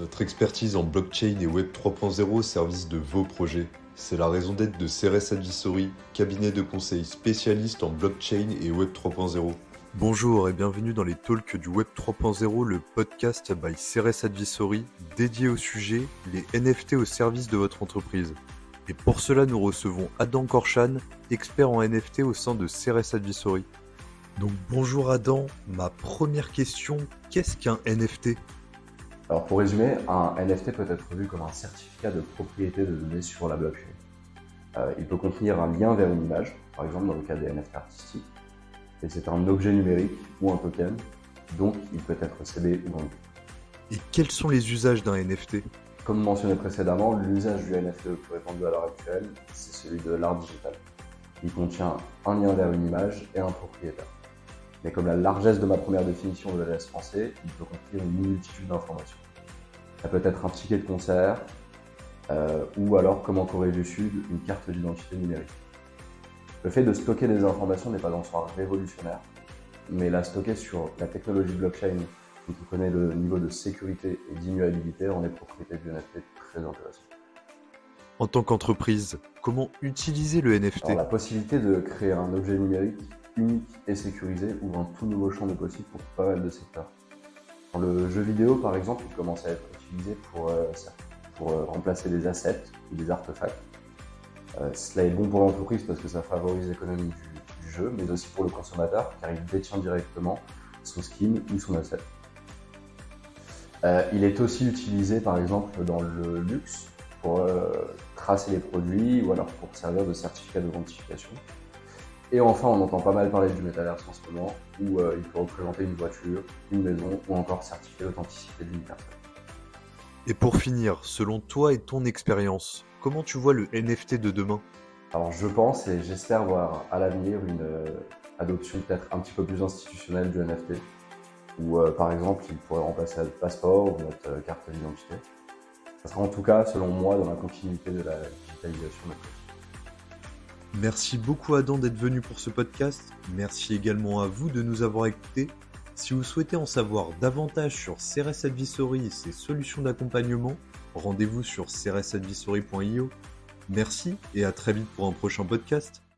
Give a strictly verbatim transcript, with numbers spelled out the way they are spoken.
Notre expertise en blockchain et web trois point zéro au service de vos projets. C'est la raison d'être de Ceres Advisory, cabinet de conseil spécialiste en blockchain et web trois point zéro. Bonjour et bienvenue dans les talks du web trois point zéro, le podcast by Ceres Advisory, dédié au sujet les N F T au service de votre entreprise. Et pour cela, nous recevons Adam Korchan, expert en N F T au sein de Ceres Advisory. Donc bonjour Adam, ma première question, qu'est-ce qu'un N F T ? Alors pour résumer, un N F T peut être vu comme un certificat de propriété de données sur la blockchain. Euh, il peut contenir un lien vers une image, par exemple dans le cas des N F T artistiques, et c'est un objet numérique ou un token, donc il peut être cédé ou vendu. Et quels sont les usages d'un N F T ? Comme mentionné précédemment, l'usage du N F T le plus répandu à l'heure actuelle, c'est celui de l'art digital. Il contient un lien vers une image et un propriétaire. Mais comme la largesse de ma première définition le laisse penser, il peut contenir une multitude d'informations. Ça peut être un ticket de concert, euh, ou alors, comme en Corée du Sud, une carte d'identité numérique. Le fait de stocker des informations n'est pas en soi révolutionnaire, mais la stocker sur la technologie blockchain, qui connaît le niveau de sécurité et d'immuabilité, rend les propriétés du N F T très intéressantes. En tant qu'entreprise, comment utiliser le N F T ? Alors, la possibilité de créer un objet numérique unique et sécurisé ouvre un tout nouveau champ de possibles pour pas mal de secteurs. Dans le jeu vidéo, par exemple, il commence à être utilisé pour, euh, pour euh, remplacer des assets ou des artefacts. Euh, cela est bon pour l'entreprise parce que ça favorise l'économie du, du jeu, mais aussi pour le consommateur car il détient directement son skin ou son asset. Euh, il est aussi utilisé, par exemple, dans le luxe pour euh, tracer les produits ou alors pour servir de certificat d'authentification. Et enfin, on entend pas mal parler du métaverse en ce moment, où euh, il peut représenter une voiture, une maison, ou encore certifier l'authenticité d'une personne. Et pour finir, selon toi et ton expérience, comment tu vois le N F T de demain ? Alors je pense et j'espère voir à l'avenir une euh, adoption peut-être un petit peu plus institutionnelle du N F T, où euh, par exemple il pourrait remplacer notre passeport ou notre euh, carte d'identité. Ça sera en tout cas, selon moi, dans la continuité de la digitalisation de notre vie. Merci beaucoup Adam d'être venu pour ce podcast. Merci également à vous de nous avoir écoutés. Si vous souhaitez en savoir davantage sur Ceres Advisory et ses solutions d'accompagnement, rendez-vous sur ceres advisory point i o. Merci et à très vite pour un prochain podcast.